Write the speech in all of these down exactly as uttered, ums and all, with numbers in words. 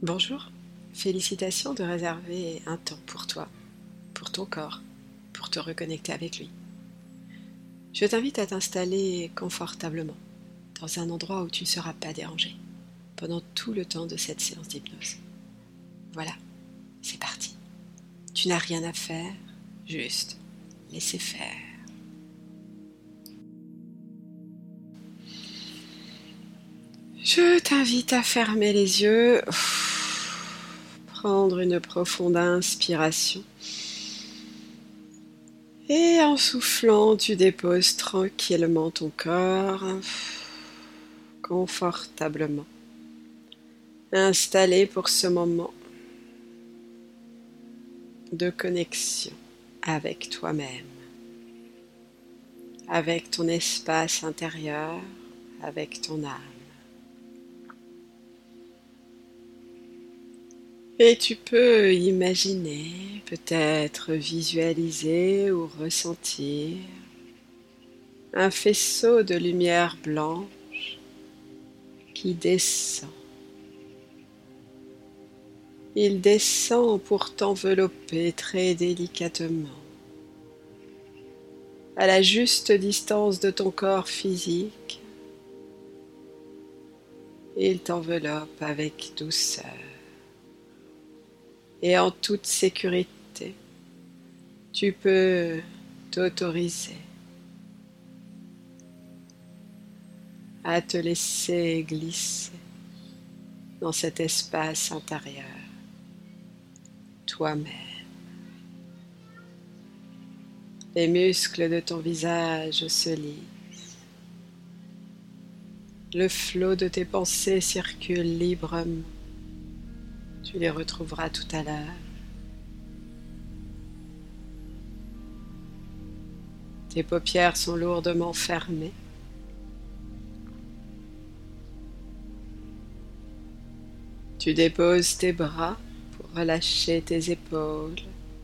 Bonjour, félicitations de réserver un temps pour toi, pour ton corps, pour te reconnecter avec lui. Je t'invite à t'installer confortablement dans un endroit où tu ne seras pas dérangé pendant tout le temps de cette séance d'hypnose. Voilà, c'est parti. Tu n'as rien à faire, juste laisser faire. Je t'invite à fermer les yeux, prendre une profonde inspiration. Et en soufflant, tu déposes tranquillement ton corps, confortablement, installé pour ce moment de connexion avec toi-même, avec ton espace intérieur, avec ton âme. Et tu peux imaginer, peut-être visualiser ou ressentir un faisceau de lumière blanche qui descend. Il descend pour t'envelopper très délicatement, à la juste distance de ton corps physique. Il t'enveloppe avec douceur et en toute sécurité. Tu peux t'autoriser à te laisser glisser dans cet espace intérieur, toi-même. Les muscles de ton visage se lissent. Le flot de tes pensées circule librement. Tu les retrouveras tout à l'heure. Tes paupières sont lourdement fermées. Tu déposes tes bras pour relâcher tes épaules.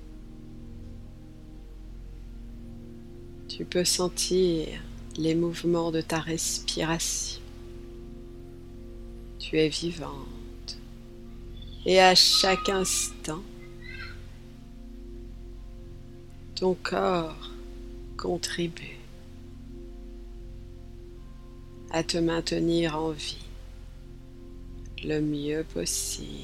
Tu peux sentir les mouvements de ta respiration. Tu es vivante et à chaque instant, ton corps contribue à te maintenir en vie le mieux possible.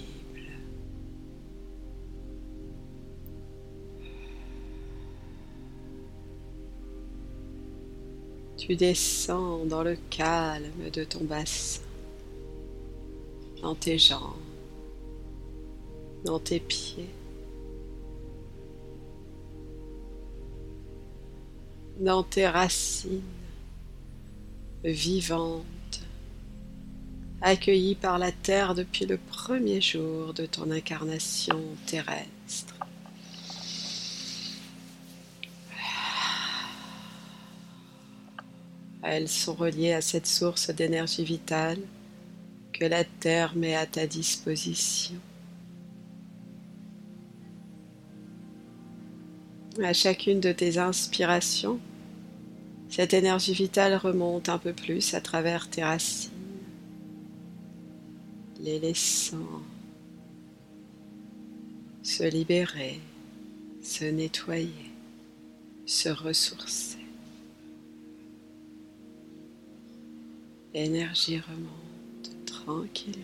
Tu descends dans le calme de ton bassin, dans tes jambes, dans tes pieds, dans tes racines vivantes, accueillies par la terre depuis le premier jour de ton incarnation terrestre. Elles sont reliées à cette source d'énergie vitale que la terre met à ta disposition. À chacune de tes inspirations, cette énergie vitale remonte un peu plus à travers tes racines, les laissant se libérer, se nettoyer, se ressourcer. L'énergie remonte tranquillement,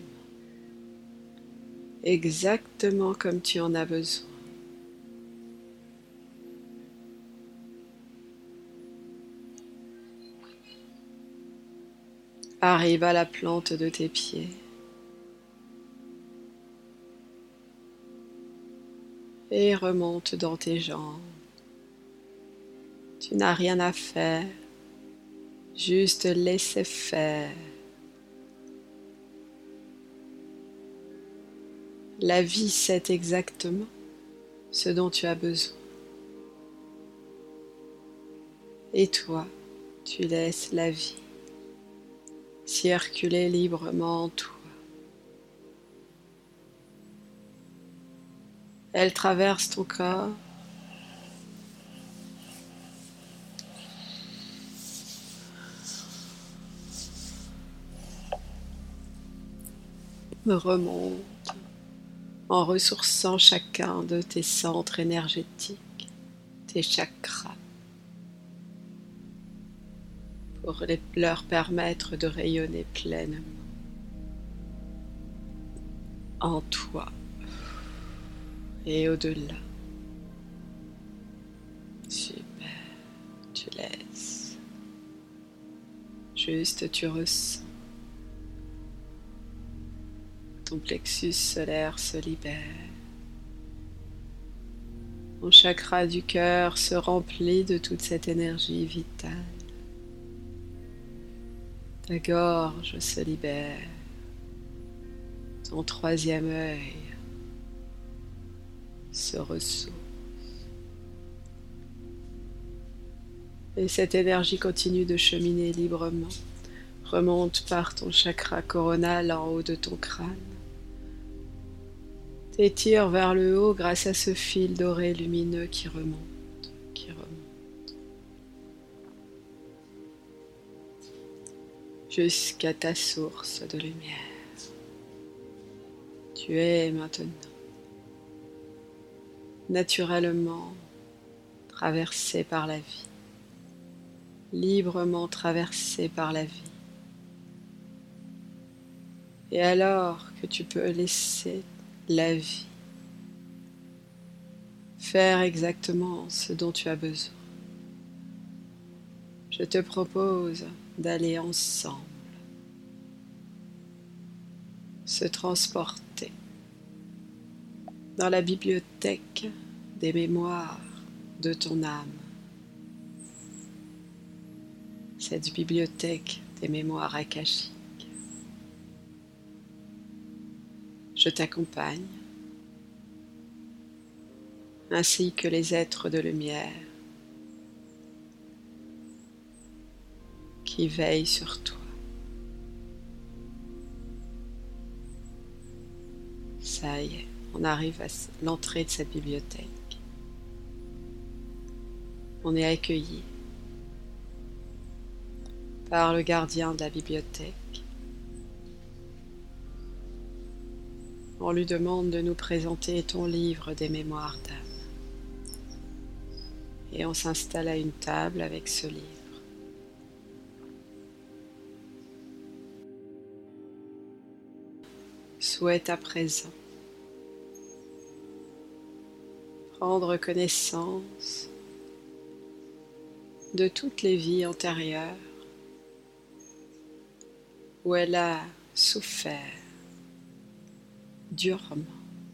exactement comme tu en as besoin. Arrive à la plante de tes pieds. Et remonte dans tes jambes. Tu n'as rien à faire, juste laisser faire. La vie sait exactement ce dont tu as besoin. Et toi, tu laisses la vie circuler librement en toi. Elle traverse ton corps, remonte en ressourçant chacun de tes centres énergétiques, tes chakras, pour les, leur permettre de rayonner pleinement en toi et au-delà. Super, tu laisses. Juste tu ressens. Ton plexus solaire se libère. Ton chakra du cœur se remplit de toute cette énergie vitale. Ta gorge se libère. Ton troisième œil se ressource. Et cette énergie continue de cheminer librement, remonte par ton chakra coronal en haut de ton crâne, t'étire vers le haut grâce à ce fil doré lumineux qui remonte, qui remonte, jusqu'à ta source de lumière. Tu es maintenant naturellement traversé par la vie, librement traversé par la vie. Et alors que tu peux laisser la vie faire exactement ce dont tu as besoin, je te propose d'aller ensemble se transporter dans la bibliothèque des mémoires de ton âme. Cette bibliothèque des mémoires akashiques. Je t'accompagne, ainsi que les êtres de lumière qui veillent sur toi. Ça y est, on arrive à l'entrée de cette bibliothèque. On est accueilli par le gardien de la bibliothèque. On lui demande de nous présenter ton livre des mémoires d'âme. Et on s'installe à une table avec ce livre. Souhaite à présent prendre connaissance de toutes les vies antérieures où elle a souffert durement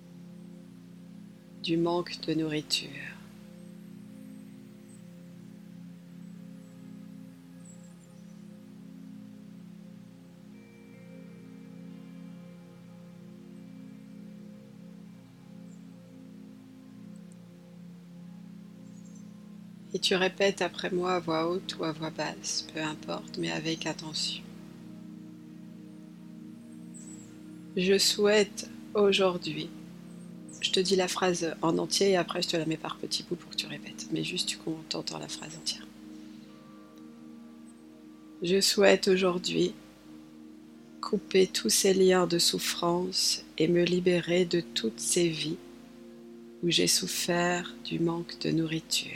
du manque de nourriture. Et tu répètes après moi à voix haute ou à voix basse, peu importe, mais avec attention. Je souhaite aujourd'hui, je te dis la phrase en entier et après je te la mets par petits bouts pour que tu répètes, mais juste tu t'entends la phrase entière. Je souhaite aujourd'hui couper tous ces liens de souffrance et me libérer de toutes ces vies où j'ai souffert du manque de nourriture.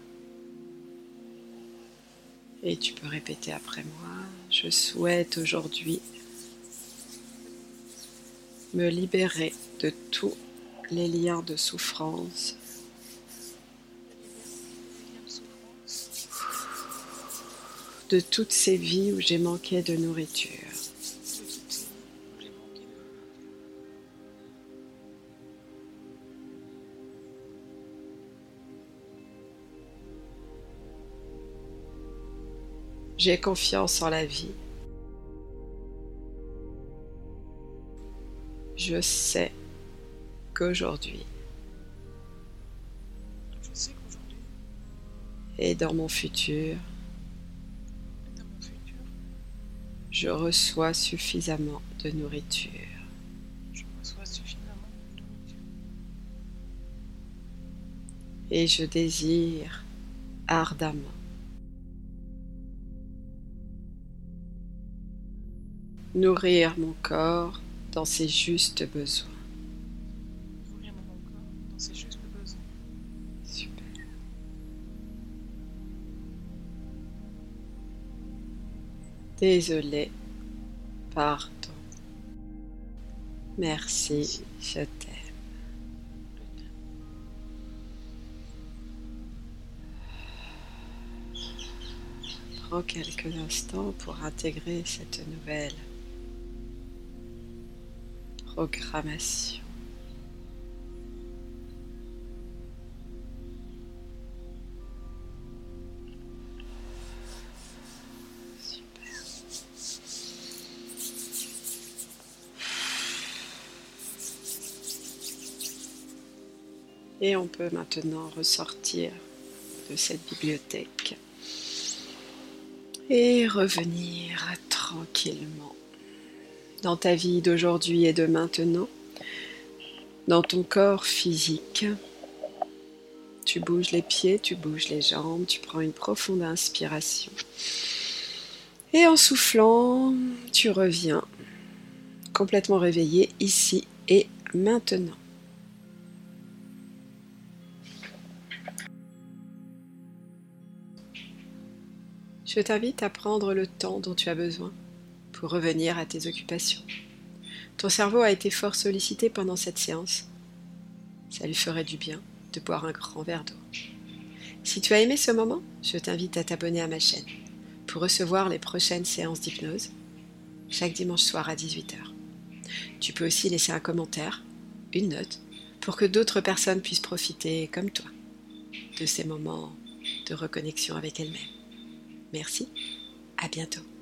Et tu peux répéter après moi, je souhaite aujourd'hui me libérer de tous les liens de souffrance de toutes ces vies où j'ai manqué de nourriture. J'ai confiance en la vie. Je sais qu'aujourd'hui Je sais qu'aujourd'hui et dans mon futur, et dans mon futur, je reçois suffisamment de nourriture. je reçois suffisamment de nourriture. Et je désire ardemment nourrir mon corps dans ses justes besoins. Désolé. Pardon. Merci, je t'aime. Prends quelques instants pour intégrer cette nouvelle programmation. Super. Et on peut maintenant ressortir de cette bibliothèque et revenir tranquillement dans ta vie d'aujourd'hui et de maintenant, dans ton corps physique. Tu bouges les pieds, tu bouges les jambes, tu prends une profonde inspiration. Et en soufflant, tu reviens complètement réveillé ici et maintenant. Je t'invite à prendre le temps dont tu as besoin pour revenir à tes occupations. Ton cerveau a été fort sollicité pendant cette séance. Ça lui ferait du bien de boire un grand verre d'eau. Si tu as aimé ce moment, je t'invite à t'abonner à ma chaîne pour recevoir les prochaines séances d'hypnose, chaque dimanche soir à dix-huit heures. Tu peux aussi laisser un commentaire, une note, pour que d'autres personnes puissent profiter, comme toi, de ces moments de reconnexion avec elles-mêmes. Merci, à bientôt.